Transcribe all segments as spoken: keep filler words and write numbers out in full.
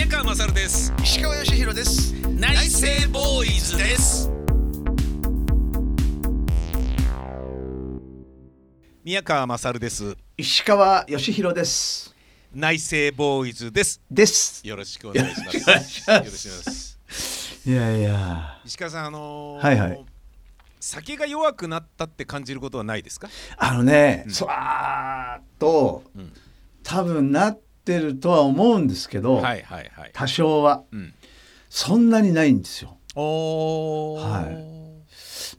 宮川勝です。 石川義弘です。 内政ボーイズです。宮川勝です。 石川義弘です。 内政ボーイズですですよろしくお願いします。よろしくお願いします。 いやいや、 石川さん、あのーはいはい、 酒が弱くなったって感じることはないですか？ あのね、 うん、 そわーっと、うん、多分なってるとは思うんですけど、 はいはいはい、 多少は、うん、そんなにないんですよ。 おー、 はい、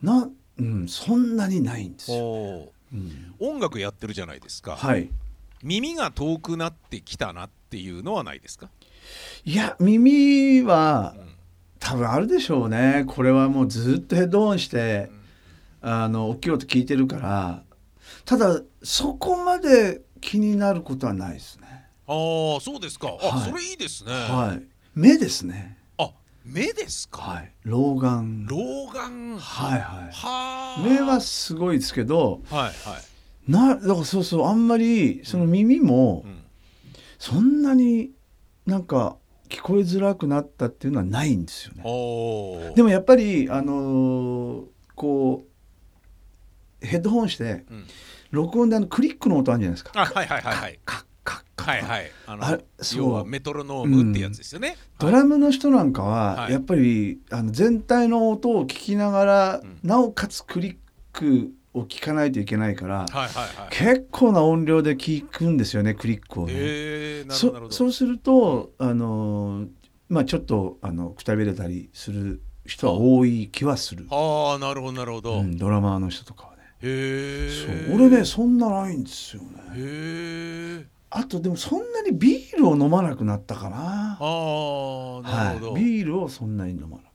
な、うん、そんなにないんですよ、 ね、うん、音楽やってるじゃないですか。 はい、 耳が遠くなってきたなっていうのはないですか？ いや、耳は、うん、多分あるでしょうね。これはもうずっとヘッドホンして、うん、あの大きい音聞いてるから。ただそこまで気になることはないですね。 ああ、そうですか。あ、はい、それいいですね。 はい、目ですね。 あ、目ですか。 はい、老眼。 老眼。 はいはい。 は目はすごいですけど、 はいはい。 な、だからそうそう、あんまりその耳もそんなになんか聞こえづらくなったっていうのはないんですよね。 お、 でもやっぱりあのー、こうヘッドホンして、うん、録音であのクリックの音あるじゃないですか。 あ、はいはいはいはい。 カッカッカッカッ、 はいはい。あのあ、 要はメトロノームってやつですよね。 うん、ドラムの人なんかはやっぱり、はい、あの全体の音を聞きながら、うん、なおかつクリックを聞かないといけないから、はいはいはい、結構な音量で聞くんですよね、クリックをね。 へー、なるほどなるほど。 そ、そうすると、あのまあ、ちょっとあのくたびれたりする人は多い気はする。 ああ、なるほどなるほど、 うん、ドラマーの人とかはね。 へー、 そう、俺ねそんなないんですよね。 へー、 あとでもそんなにビールを飲まなくなったかな。 あー、なるほど、 はい、ビールをそんなに飲まなくなった。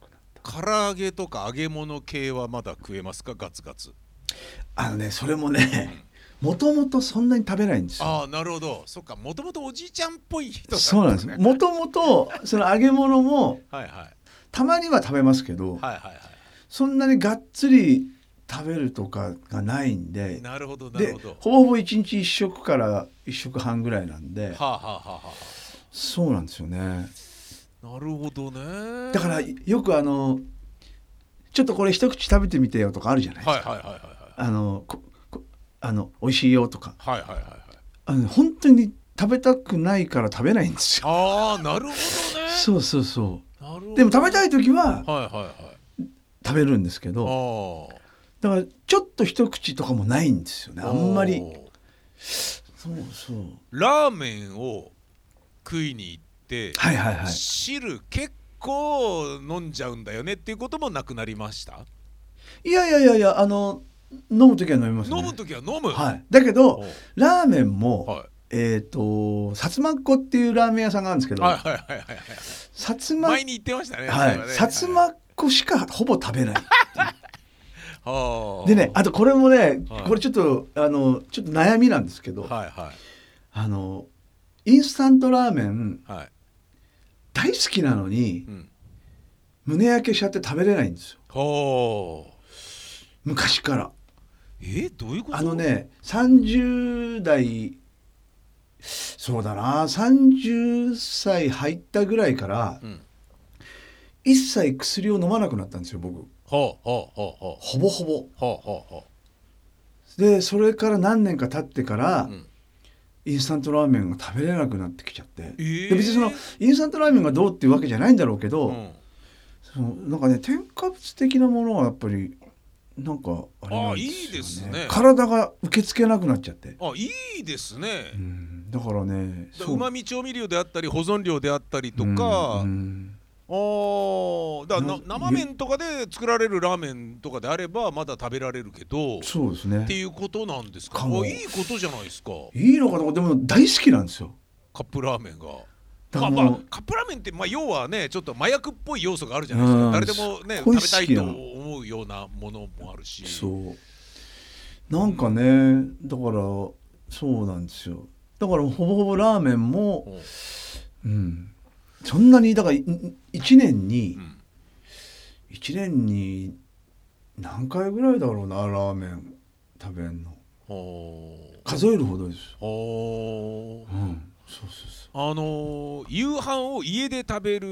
唐揚げとか揚げ物系はまだ食えますか？ガツガツ。 あのね、それもね、もともとそんなに食べないんですよ。 ああ、なるほど。そっか、もともとおじいちゃんっぽい人だった、ね。 そうなんです。もともとその揚げ物もはい、はい、 たまには食べますけど、 はいはいはい、 そんなにがっつり食べるとかがないんで。 なるほどなるほど。 でほぼほぼいちにちいっ食からいっ食半ぐらいなんで、はあはあはあはあ、 そうなんですよね。 なるほどね。 だからよくあのちょっとこれ一口食べてみてよとかあるじゃないですか。はいはいはいはい、あのここあの美味しいよとか、 はいはいはいはい、 あの本当に食べたくないから食べないんですよ。 ああ、なるほどね。 そうそうそう。なるほど。でも食べたい時は食べるんですけど、あ、だからちょっと一口とかもないんですよね、あんまり。そうそう。 ラーメンを食いに行って、 はいはいはい、 汁結構飲んじゃうんだよねっていうこともなくなりました？ いやいやいやいや、あの飲む時は飲みますね。 飲む時は飲む、 はい、だけどラーメンも、はい、えーと薩摩っ子っていうラーメン屋さんがあるんですけど、はいはいはいはい、薩摩、 前に言ってましたね。 はい、薩摩っ子しかほぼ食べないでね、あとこれもね、はい、これちょっとあのちょっと悩みなんですけど、はいはい、あのインスタントラーメン、はい、大好きなのに、うん、胸焼けしちゃって食べれないんですよ。昔から。 えー、どういうこと？ あのね、さんじゅう代、そうだな、さんじゅっさい入ったぐらいから、うん、一切薬を飲まなくなったんですよ、僕。ほうほうほうほう、ほぼほぼ。ほうほうほう。でそれから何年か経ってから、うん、インスタントラーメンが食べれなくなってきちゃって、えー、で別にそのインスタントラーメンがどうっていうわけじゃないんだろうけど、うん、そのなんかね、添加物的なものはやっぱりなんかあれなんですよね。あ、いいですね。体が受け付けなくなっちゃって。 あ、いいですね。 うん、だからね、 うまみ調味料であったり保存料であったりとか、うん、あだな生麺とかで作られるラーメンとかであればまだ食べられるけど、そうですね、っていうことなんですか。あ、いいことじゃないですか。 いいのかな。でも大好きなんですよ、 カップラーメンが。まあまあ、カップラーメンって、まあ、要はねちょっと麻薬っぽい要素があるじゃないですか。誰でもね食べたいと思うようなものもあるし。 そうなんかね、うん、だからそうなんですよ。だからほぼほぼラーメンも、うん、うん、そんなにだからいちねんに、うん、いちねんに何回ぐらいだろうな、ラーメン食べんの。数えるほどです。うん、 そうそうそう、 あのー、夕飯を家で食べる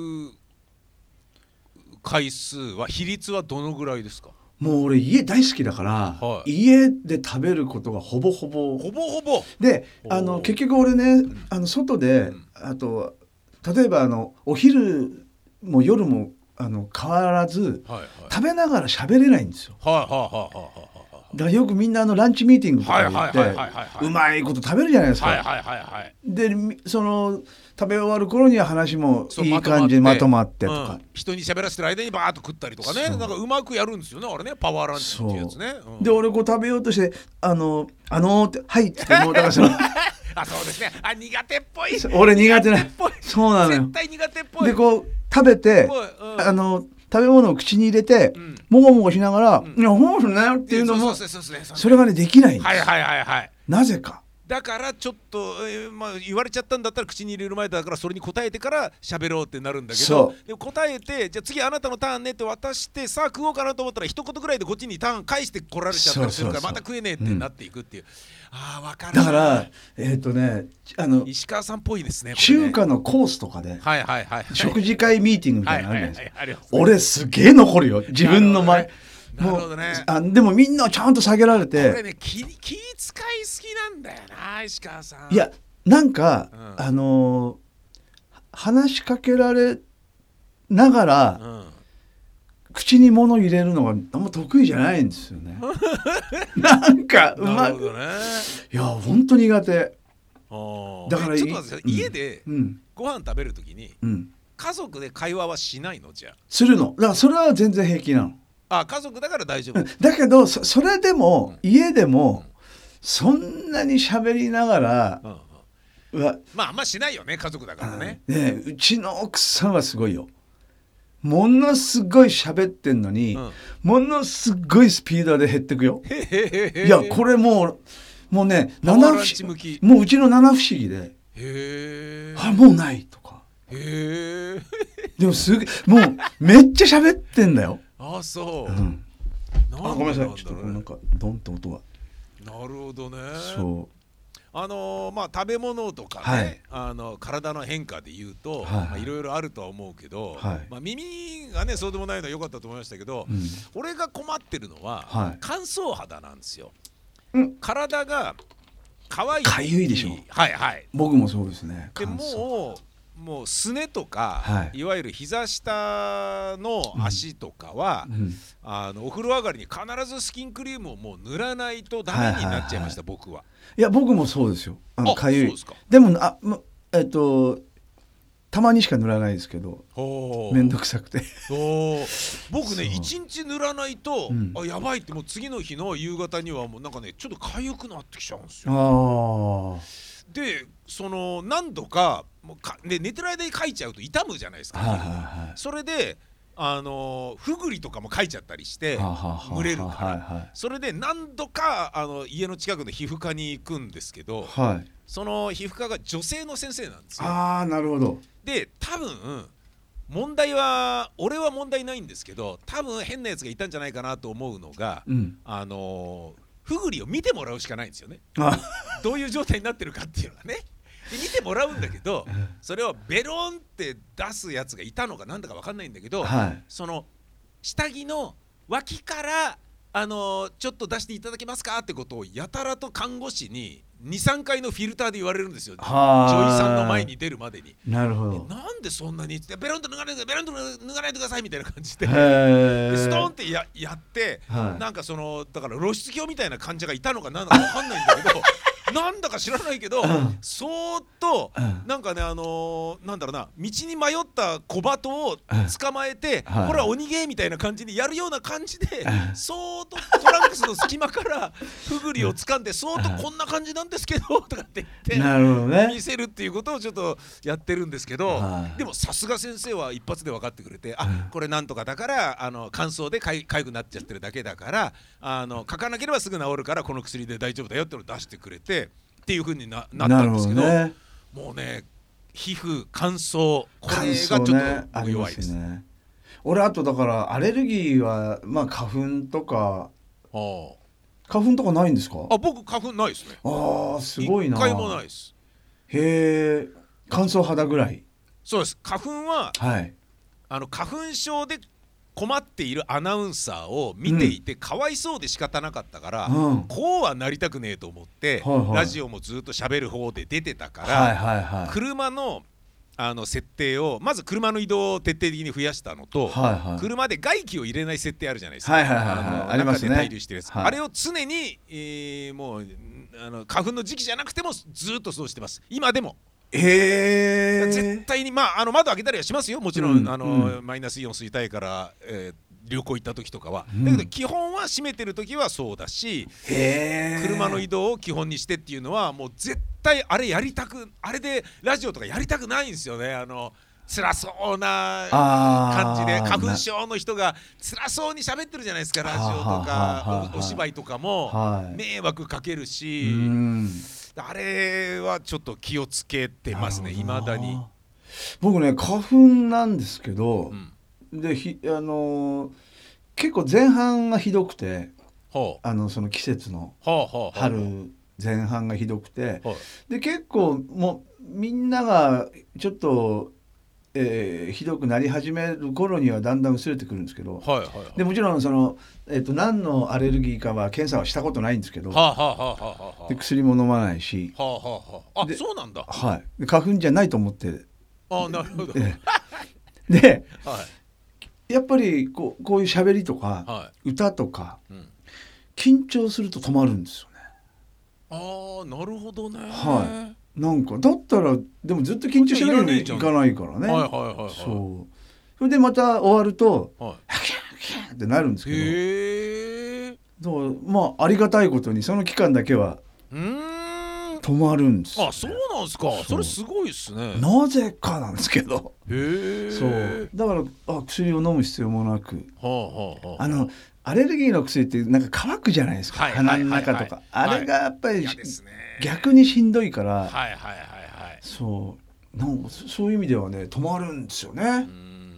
回数は比率はどのぐらいですか？ もう俺家大好きだから、はい、家で食べることがほぼほぼほぼほぼで、あの結局俺ね、あの外で、うん、あと例えばあのお昼も夜もあの変わらず、はいはい、食べながら喋れないんですよ。はいはいはいはいはい。だからよくみんなあのランチミーティングとか行ってうまいこと食べるじゃないですか。はいはいはいはい、でその食べ終わる頃には話もいい感じでまとまってとか、うん、 人に喋らせてる間にバーッと食ったりとかね、なんかうまくやるんですよね、あれね、パワーランチっていうやつね、うん、 で俺こう食べようとしてあのあのーってはいってもうだからそのあそうですね、あ苦手っぽい、 俺苦手なそうなのよ、 絶対苦手っぽいでこう食べて、うん、あの食べ物を口に入れて、うん、もごもごしながら、うん、いやほうすねっていうのもそれがねできないんです。 はいはいはいはい。 なぜか。 だからちょっと、えーまあ、言われちゃったんだったら口に入れる前だからそれに答えてから喋ろうってなるんだけど、でも答えてじゃあ次あなたのターンねって渡してさあ食おうかなと思ったら一言ぐらいでこっちにターン返してこられちゃったりするからまた食えねえってなっていくっていう、うん、ああ分かる。 だからえっ、ー、とねあの石川さんっぽいですね、これね。 中華のコースとかで、 はいはいはいはい、 食事会ミーティングみたいなのあるじゃないですか。俺すげえ残るよ自分の前。 なるほどね。 あでもみんなちゃんと下げられて、 これね気気遣い好きなんだよな石川さん。 いやなんか、うん、あのー、話しかけられながら、うん、口に物入れるのがあんま得意じゃないんですよねなんかうまく、ね、いや本当苦手。 あだからちょっと待って、うん、家でご飯食べるときに、うん、家族で会話はしないの？じゃあするの。だからそれは全然平気なの。 あ家族だから大丈夫、うん、 だけど そ, それでも、うん、家でも、うん、そんなに喋りながら、 うんうん、まああんましないよね家族だからね。 ねうちの奥さんはすごいよ。ものすごい喋ってんのに、うん、ものすごいスピードで減ってくよ。いやこれもうもうね七不思議、もううちの七不思議で、へあもうないとか、へでもすげもうめっちゃ喋ってんだよ。 あそう、うん、 なんあごめんなさいちょっとなんかドンと音が。 なるほどね。 そうあのー、まあ食べ物とかね、はい、あの体の変化で言うと、はいまあ、いろいろあるとは思うけど、はいまあ、耳がねそうでもないのは良かったと思いましたけど、うん、俺が困ってるのは、はい、乾燥肌なんですよ、うん、体が乾いてかゆいでしょ。 はいはい僕もそうですね。 でもうもうすねとか、はい、いわゆる膝下の足とかは、うんうん、あのお風呂上がりに必ずスキンクリームをもう塗らないとダメになっちゃいました、はいはいはい、僕は。 いや僕もそうですよ。あのかゆい。そうですか。でもあえっとたまにしか塗らないですけどめんどくさくて僕ね一日塗らないと、うん、あやばいってもう次の日の夕方にはもうなんかねちょっとかゆくなってきちゃうんですよ。あでその何度かもうかで寝てる間にかいちゃうと痛むじゃないですか、はいはいはい、それであのふぐりとかもかいちゃったりして蒸れるから、はいはい、それで何度かあの家の近くの皮膚科に行くんですけど、はい、その皮膚科が女性の先生なんですよ。 あーなるほど。 で多分問題は俺は問題ないんですけど多分変なやつがいたんじゃないかなと思うのが、うん、あのふぐりを見てもらうしかないんですよね。どういう状態になってるかっていうのがね。で見てもらうんだけどそれをベロンって出すやつがいたのかなんだか分かんないんだけど、はい、その下着の脇からあのちょっと出していただけますかってことをやたらと看護師に にさんかいのフィルターで言われるんですよ。女医さんの前に出るまでに。 なるほど。 なんでそんなにベロンと脱がないでベロンと脱がないでくださいみたいな感じででストーンって や, やって、はい、なんかそのだから露出狂みたいな患者がいたのかなんだか分かんないんだけどなんだか知らないけど、うん、そーっと、うん、なんかねあのー、なんだろうな道に迷った小鳩を捕まえて、うん、ほらお逃げみたいな感じにやるような感じで、うん、そーっとトランクスの隙間からふぐりを掴んでそーっとこんな感じなんですけどとかって言って、なるほどね、見せるっていうことをちょっとやってるんですけど、でもさすが先生は一発で分かってくれて、あ、うん、これなんとかだからあの乾燥でかゆくなっちゃってるだけだからあの書かなければすぐ治るからこの薬で大丈夫だよってのを出してくれてっていう風に な, なったんですけど、ね、もうね皮膚乾燥これがちょっと弱いです、ねね、 俺あとだからアレルギーはまあ花粉とか花粉とかないんですか？ あ僕花粉ないですね。 あーすごいな。 一回もないです。 へえ、乾燥肌ぐらい。 そうです。花粉は、 はい、あの花粉症で困っているアナウンサーを見ていて、うん、かわいそうで仕方なかったから、うん、こうはなりたくねえと思って、はいはい、ラジオもずっと喋る方で出てたから、はいはいはい、車のあの設定をまず車の移動を徹底的に増やしたのと、はいはい、車で外気を入れない設定あるじゃないですか、はいはいはいはい、あのありますね、中で滞留してるやつ、はい、あれを常に、えー、もうあの花粉の時期じゃなくてもずっとそうしてます。今でもへー、 絶対に、まあ、あの窓開けたりはしますよもちろん、うん、あのうん、マイナスイオン吸いたいから、えー、旅行行った時とかは、うん、だけど基本は閉めてる時はそうだし、 へー、 車の移動を基本にしてっていうのはもう絶対あれやりたく、あれでラジオとかやりたくないんですよね。あの辛そうな感じで花粉症の人が辛そうに喋ってるじゃないですか、ラジオとか お, お芝居とかも迷惑かけるし、うん、あれはちょっと気をつけてますね、いまだに。 僕ね花粉なんですけど、うん、でひあのー、結構前半がひどくて、はあ、あのその季節の春前半がひどくて、はあ、で結構もうみんながちょっと、えー、ひどくなり始める頃にはだんだん薄れてくるんですけど、はいはいはい、でもちろんその、えー、と何のアレルギーかは検査はしたことないんですけど、はあはあはあはあ、で薬も飲まないし、 はあはあはあ、あ、そうなんだ、 はい、で花粉じゃないと思って、 あ、なるほどで、はい、やっぱりこう、こういう喋りとか、はい、歌とか、うん、緊張すると止まるんですよね。 ああ、なるほどね。 はい、なんかだったらでもずっと緊張しないようにいかないからね。はいはいはいはい、そう。それでまた終わると、はい、ハキャンハキャンってなるんですけど、へー、だからまあありがたいことにその期間だけはうーん止まるんですよ、ね。 あ、そうなんですか。それすごいですね。 なぜかなんですけど。へー、そうだからあ薬を飲む必要もなく、はあはあはあ、あのアレルギーの薬ってなんか乾くじゃないですか、はい、鼻の中とか、はいはいはい、あれがやっぱり、はい、逆にしんどいから、はいはいはいはい、そうなんかそういう意味ではね止まるんですよね。うん、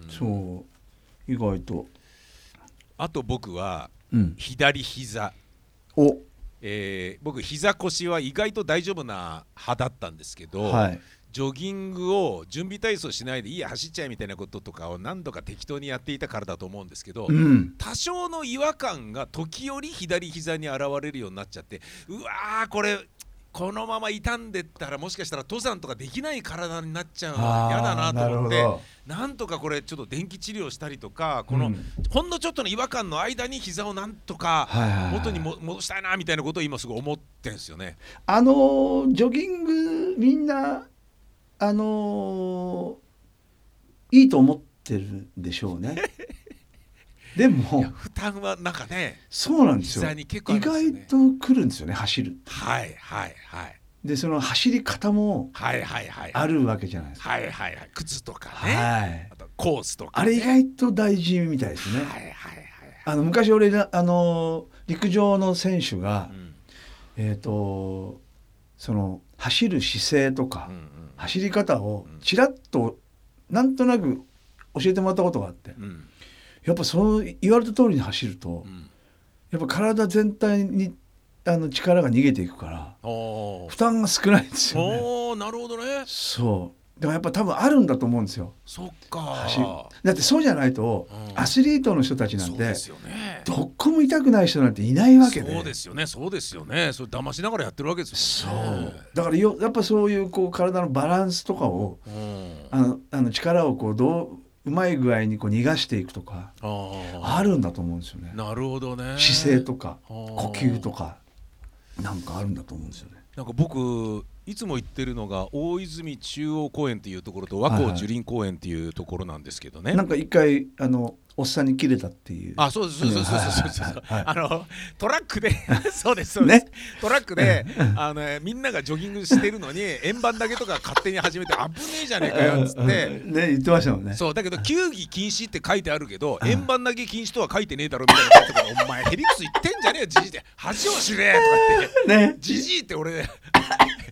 そう意外と。 あと僕は、うん、左膝、 お、 えー、僕膝腰は意外と大丈夫な派だったんですけど、はい、ジョギングを準備体操しないでいいや走っちゃえみたいなこととかを何度か適当にやっていたからだと思うんですけど、うん、多少の違和感が時折左膝に現れるようになっちゃって、うわーこれこのまま傷んでったらもしかしたら登山とかできない体になっちゃうのは嫌だなと思って、なんとかこれちょっと電気治療したりとか、この、うん、ほんのちょっとの違和感の間に膝をなんとか元にも戻したいなみたいなことを今すごい思ってるんですよね。 あのジョギングみんなあのー、いいと思ってるんでしょうねでも負担はなんかね、 そうなんですよ、 膝に結構あるんですよね、 意外と来るんですよね、走る。 はいはいはい。 でその走り方もあるわけじゃないですか。 はいはいはい、靴とかね、はい、あとコースとか、ね、 あれ意外と大事みたいですね。はいはいはい、あの昔俺あの陸上の選手が、うん、えっ、ー、とその走る姿勢とか、うんうん、走り方をちらっとなんとなく教えてもらったことがあって、うん、やっぱそう言われた通りに走ると、うん、やっぱ体全体にあの力が逃げていくから負担が少ないんですよね。 おー、なるほどね。 そうだからやっぱ多分あるんだと思うんですよ。 そっか。 だってそうじゃないと、うん、アスリートの人たちなんて、そうですよね、 どっこも痛くない人なんていないわけで。 そうですよねそうですよね。それ騙しながらやってるわけですよね。 そうだからよやっぱそういうこう体のバランスとかを、うん、あのあの力をこうどううまい具合にこう逃がしていくとか あ, あるんだと思うんですよね。 なるほどね。 姿勢とか呼吸とかなんかあるんだと思うんですよね。 なんか僕いつも言ってるのが大泉中央公園っていうところと和光樹林公園っていうところなんですけどね、 はいはい、なんか一回あのおっさんに切れたっていう。 あ、そうですそうですそうですそうです。あのトラックでそうですそうです、ね、トラックであのみんながジョギングしてるのに円盤投げとか勝手に始めて危ねえじゃねえかよっつってね言ってましたもんね。 そうだけど球技禁止って書いてあるけど円盤投げ禁止とは書いてねえだろみたいなことからお前ヘリクス言ってんじゃねえよじじいって恥を知れとかってねじじいって俺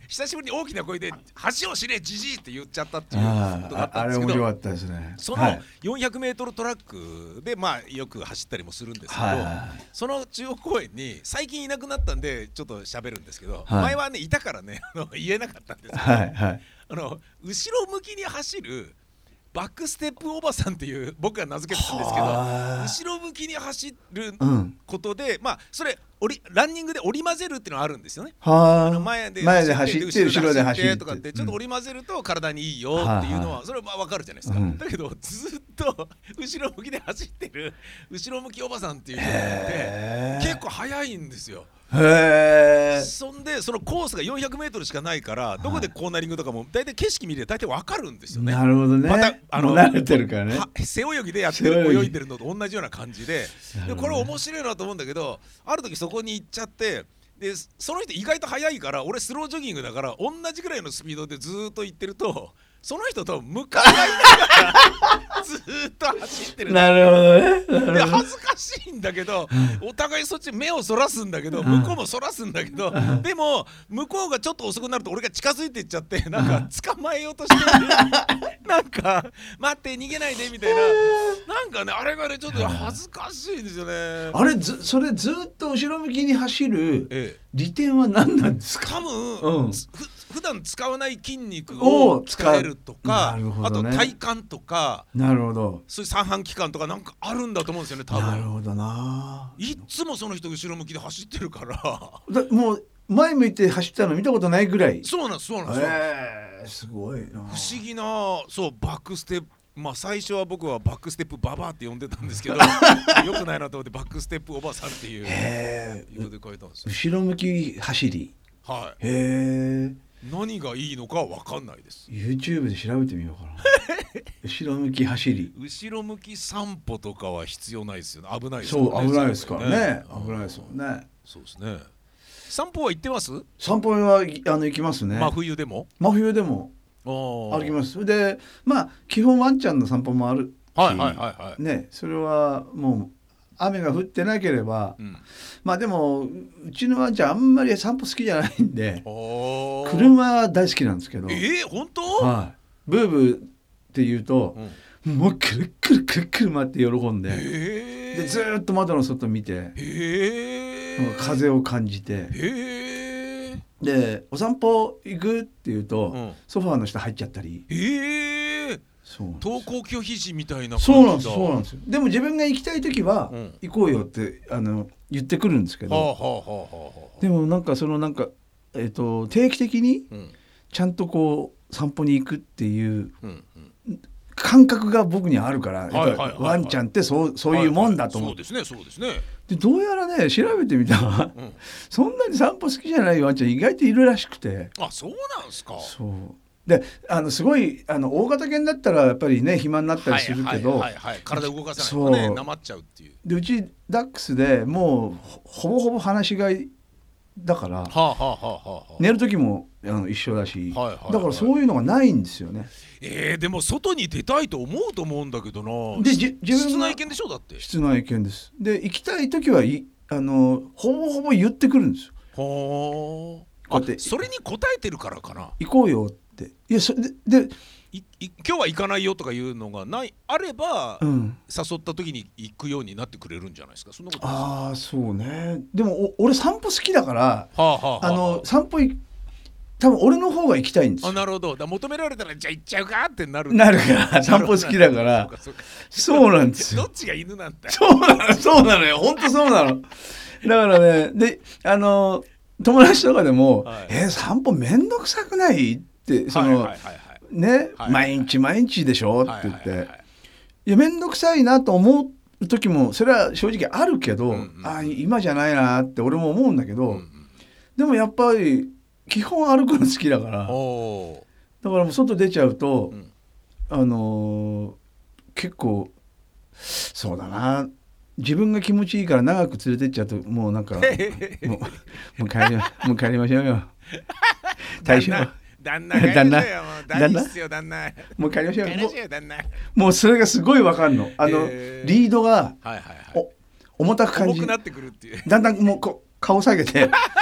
久しぶりに大きな声で橋を知れじじいって言っちゃったっていうことがあったんですけど、あれ面白かったですね。そのよんひゃくメートルトラックでまあよく走ったりもするんですけど、はいはい、その中央公園に最近いなくなったんでちょっと喋るんですけど、はい、前はねいたからね言えなかったんですけど、はいはい、あの後ろ向きに走るバックステップおばさんっていう僕が名付けてたんですけど、後ろ向きに走ることで、うん、まあそれランニングで織り交ぜるっていうのはあるんですよね。あの前で走って後ろで走ってとかってちょっと織り交ぜると体にいいよっていうのはそれは分かるじゃないですか、うん、だけどずっと後ろ向きで走ってる後ろ向きおばさんっていう人って結構速いんですよ。へー。そんでそのコースがよんひゃくメートルしかないからどこでコーナリングとかも大体景色見れば大体分かるんですよね。なるほどね。またあの慣れてるからね。背泳ぎでやってる泳いでるのと同じような感じで、でこれ面白いなと思うんだけど、ある時そこに行っちゃってでその人意外と速いから俺スロージョギングだから同じぐらいのスピードでずっと行ってるとその人と向かい合いながらずっと走ってる。なるほどね。で恥ずかしいんだけどお互いそっち目をそらすんだけど向こうもそらすんだけどでも向こうがちょっと遅くなると俺が近づいていっちゃってなんか捕まえようとしてなんか待って逃げないでみたいな、なんかねあれがねちょっと恥ずかしいんですよね。あれずそれずっと後ろ向きに走る利点は何なんですか。多分、うん、普段使わない筋肉を使えるとか、ね、あと体幹とか、なるほど、そういう三半規管とかなんかあるんだと思うんですよね多分。なるほどな。いつもその人後ろ向きで走ってるからだもう前向いて走ったの見たことないぐらい。そうなんですそうなんです、えー、すごいな。不思議な。そうバックステップ、まあ最初は僕はバックステップババアって呼んでたんですけどよくないなと思ってバックステップおばさんっていう色で書いたんですよ。後ろ向き走り。はい。へえ。何がいいのか分かんないです。 YouTube で調べてみようかな後ろ向き走り、後ろ向き散歩とかは必要ないですよね。危ないですよね。そう危ないですからね。危ないですよね。そうですね。散歩は行ってます？散歩はあの行きますね。真冬でも真冬でも歩きます。でまあ基本ワンちゃんの散歩もあるし、はいはいはいはい、ね、それはもう雨が降ってなければ、うん、まあでもうちのワンちゃんあんまり散歩好きじゃないんで車は大好きなんですけど、えー、本当？はい、ブーブーって言うと、うん、もうくるくるくるくる回って喜んで、えー、でずっと窓の外見て、えー、風を感じて、えー、でお散歩行くって言うと、うん、ソファーの下入っちゃったり、えー登校拒否時みたいな感じだ。そうなんですそうなんですよ。でも自分が行きたい時は、うん、行こうよってあの言ってくるんですけど、はあはあはあはあ、でもなんかそのなんか、えーと、定期的にちゃんとこう散歩に行くっていう感覚が僕にはあるから、やっぱワンちゃんってそう、そういうもんだと思う。そうですねそうですね。でどうやらね調べてみたら、うん、そんなに散歩好きじゃないワンちゃん意外といるらしくて。あ、そうなんですか。そうであのすごいあの大型犬だったらやっぱりね暇になったりするけど、はいはいはいはい、体動かさないとねなまっちゃうっていう。でうちダックスでもうほぼほぼ放し飼いだから、はあはあはあはあ、寝る時もあの一緒だし、はいはいはい、だからそういうのがないんですよね。えー、でも外に出たいと思うと思うんだけどな。でじ自分室内犬でしょ。だって室内犬です。で行きたい時はいあのほぼほぼ言ってくるんですよ。はあ、あそれに応えてるからかな。行こうよって。いやそれででいい今日は行かないよとかいうのがないあれば、うん、誘った時に行くようになってくれるんじゃないですか。そんなことないですか。ああそうね。でもお俺散歩好きだから、はあはあはあ、あの散歩い多分俺の方が行きたいんですよ。あなるほど。だ求められたらじゃあ行っちゃうかってなるなるから散歩好きだからそうなんですよ。どっちが犬なんだよ。そうなのそうなのよ本当そうなの。だからねであの友達とかでも、はい、えー、散歩めんどくさくないってその、はいはいはいはい、ね、はいはいはい、毎日毎日でしょって言って、はいはいはいはい、いやめんどくさいなと思う時もそれは正直あるけど、うんうん、あ今じゃないなって俺も思うんだけど、うんうん、でもやっぱり基本歩くの好きだからだからもう外出ちゃうと、うん、あのー、結構そうだな自分が気持ちいいから長く連れてっちゃうともうなんかもう、もう帰りもう帰りましょうよ大将旦那旦那旦那もう帰りましょうよ。もう、もうそれがすごいわかんの。あの、えー、リードが、はいはいはい、お重たく感じ重くなってくるっていうだんだんもうこ顔下げて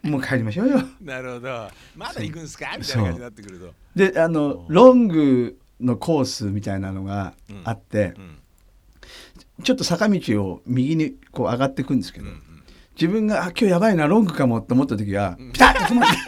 もう帰りましょうよ。 なるほど。まだ行くんすかみたいな感じになってくると。 であのロングのコースみたいなのがあって、うんうん、ちょっと坂道を右にこう上がっていくんですけど、うんうん、自分があ今日やばいなロングかもと思った時は、うん、ピタッと止まって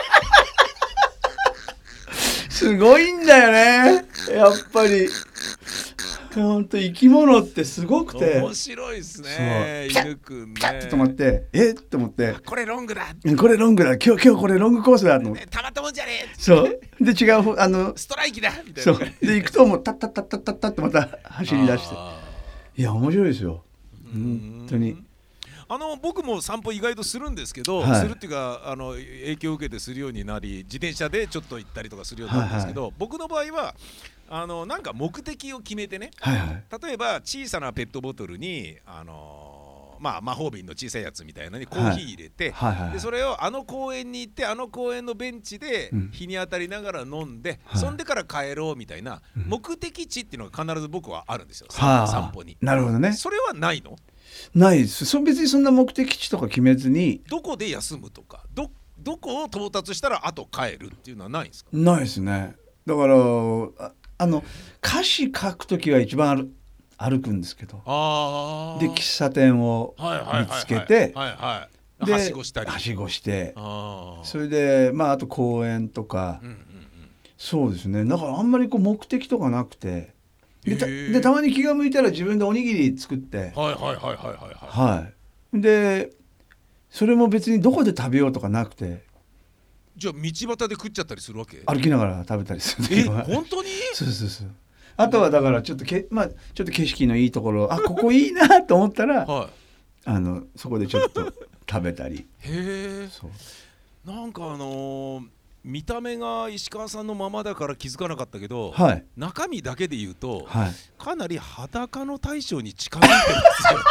すごいんだよねやっぱり。本当生き物ってすごくて面白いですね。犬くんね。 ピタッと止まってえっと思ってこれロングだこれロングだ今日今日これロングコースだと思って、 ね、たまったもんじゃねえそうで違うあのストライキだみたいな。 そうで行くともうタッタッタッタッタッタッとまた走り出していや面白いですよ本当に。 あの僕も散歩意外とするんですけど、はい、するっていうかあの影響を受けてするようになり自転車でちょっと行ったりとかするようになるんですけど、はいはい、僕の場合はあのなんか目的を決めてね、はいはい、例えば小さなペットボトルにあの、まあ、魔法瓶の小さいやつみたいなのにコーヒー入れて、はいはいはい、でそれをあの公園に行ってあの公園のベンチで日に当たりながら飲んで、うん、そんでから帰ろうみたいな目的地っていうのが必ず僕はあるんですよ、うん、散歩に。 なるほどね。 それはないの？ ないです。そ別にそんな目的地とか決めずにどこで休むとか ど, どこを到達したらあと帰るっていうのはないんですか？ ないですね。だからああの歌詞書くときは一番歩くんですけど、あで喫茶店を見つけてはしごしたりはしごしてあそれでまああと公園とか、うんうんうん、そうですね。だからあんまりこう目的とかなくてで た, でたまに気が向いたら自分でおにぎり作ってはいはいはいはいはいはいでそれも別にどこで食べようとかなくてじゃあ道端で食っちゃったりするわけ？ 歩きながら食べたりするえ本当に？ そうそうそう。あとはだからちょっとけ、まあ、ちょっと景色のいいところあここいいなと思ったら、はい、あのそこでちょっと食べたりへえなんかあのー見た目が石川さんのままだから気づかなかったけど、はい、中身だけで言うと、はい、かなり裸の大将に近づいてますよね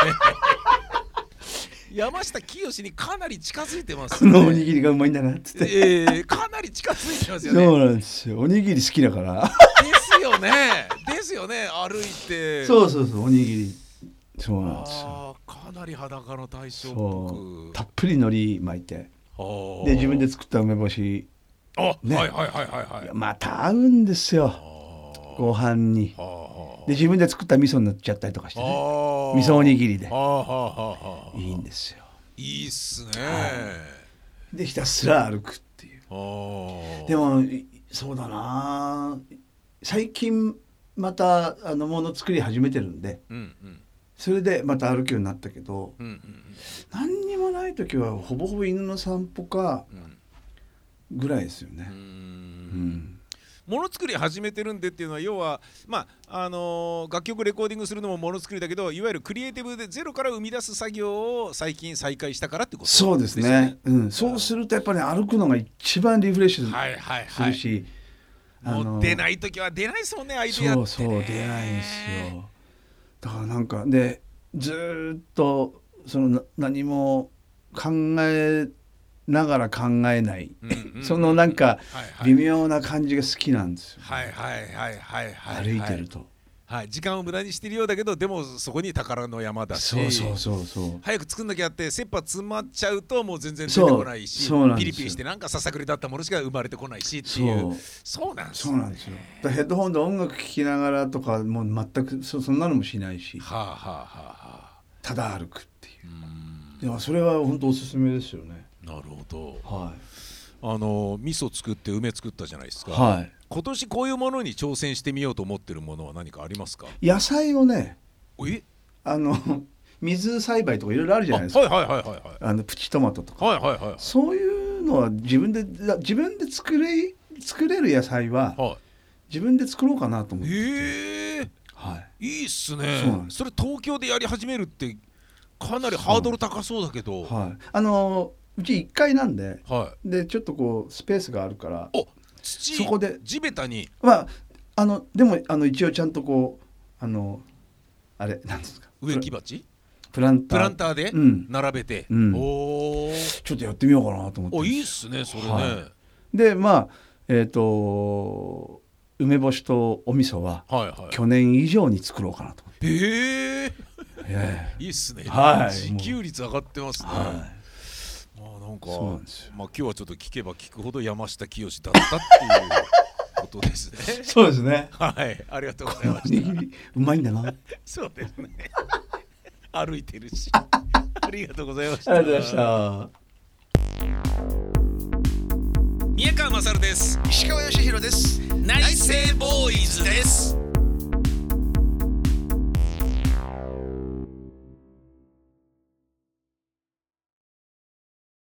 山下清にかなり近づいてますね。このおにぎりがうまいんだなっつって、 えー、かなり近づいてますよね。 そうなんですよ。おにぎり好きだからですよねですよね歩いてそうそうそうおにぎりそうなんですよ。 あかなり裸の大将っぽくたっぷり海苔巻いてで自分で作った梅干しあ、ね、はいはいはいはいはいまた合うんですよご飯にで自分で作った味噌になっちゃったりとかしてね味噌おにぎりでいいんですよ。 いいっすね、 はい、でひたすら歩くっていうでもそうだな最近またあのもの作り始めてるんで、うんうん、それでまた歩くようになったけど、うんうんうん、何にもない時はほぼほぼ犬の散歩か、うんぐらいですよね。うーん、うん、 もの作り始めてるんでっていうのは要はまああのー、楽曲レコーディングするのももの作りだけどいわゆるクリエイティブでゼロから生み出す作業を最近再開したからってことですね。 そうですね、うん、そうするとやっぱり、ね、歩くのが一番リフレッシュするし、はいはいはい、 あのー、もう出ない時は出ないですもんねアイデアってね。 そうそう出ないんですよ。だからなんかでずっとその何も考えながら考えない、うんうんうん、そのなんか微妙な感じが好きなんですよ、ね、 はいはいはいはいはい、 歩いてると、 はい、時間を無駄にしてるようだけどでもそこに宝の山だしそうそうそうそう早く作んなきゃって切羽詰まっちゃうともう全然出てこないしピリピリしてなんかささくれだったものしか生まれてこないしっていうそうなんですよ、ね、そうなんですよ。 だヘッドホンで音楽聴きながらとかもう全く そ, そんなのもしないし、はあはあはあ、ただ歩くっていう、うんいやそれは本当おすすめですよね。 なるほど、はい、あの味噌作って梅作ったじゃないですか、 はい、 今年こういうものに挑戦してみようと思ってるものは何かありますか？ 野菜をねえあの水栽培とかいろいろあるじゃないですか。 はいはいはいはいはい、 あのプチトマトとか、 はいはいはいはい、 そういうのは自分で自分で作れ作れる野菜は、はい、自分で作ろうかなと思ってて、 えーはい、いいっすね。 そ, それ東京でやり始めるってかなりハードル高そうだけど、 はい、あのうちいっかいなんで、はい、でちょっとこうスペースがあるからお土そこで地べたにまああのでもあの一応ちゃんとこうあのあれなんですか植木鉢プランタープランターで並べて、 うん、おちょっとやってみようかなと思って。 おいいっすねそれね、はい、でまあえっ、ー、と梅干しとお味噌は、はいはい、去年以上に作ろうかなと思って。 へえー、いいっすね、はい、自給率上がってますね、はい、あななんかまあ今日はちょっと聞けば聞くほど山下清だったっていうことですね。 そうですね。 はい、ありがとうございました。 うまいんだな。 そうですね。歩いてるし。ありがとうございました。 ありがとうございました。 宮川勝です。 石川義弘です。 内政ボーイズです。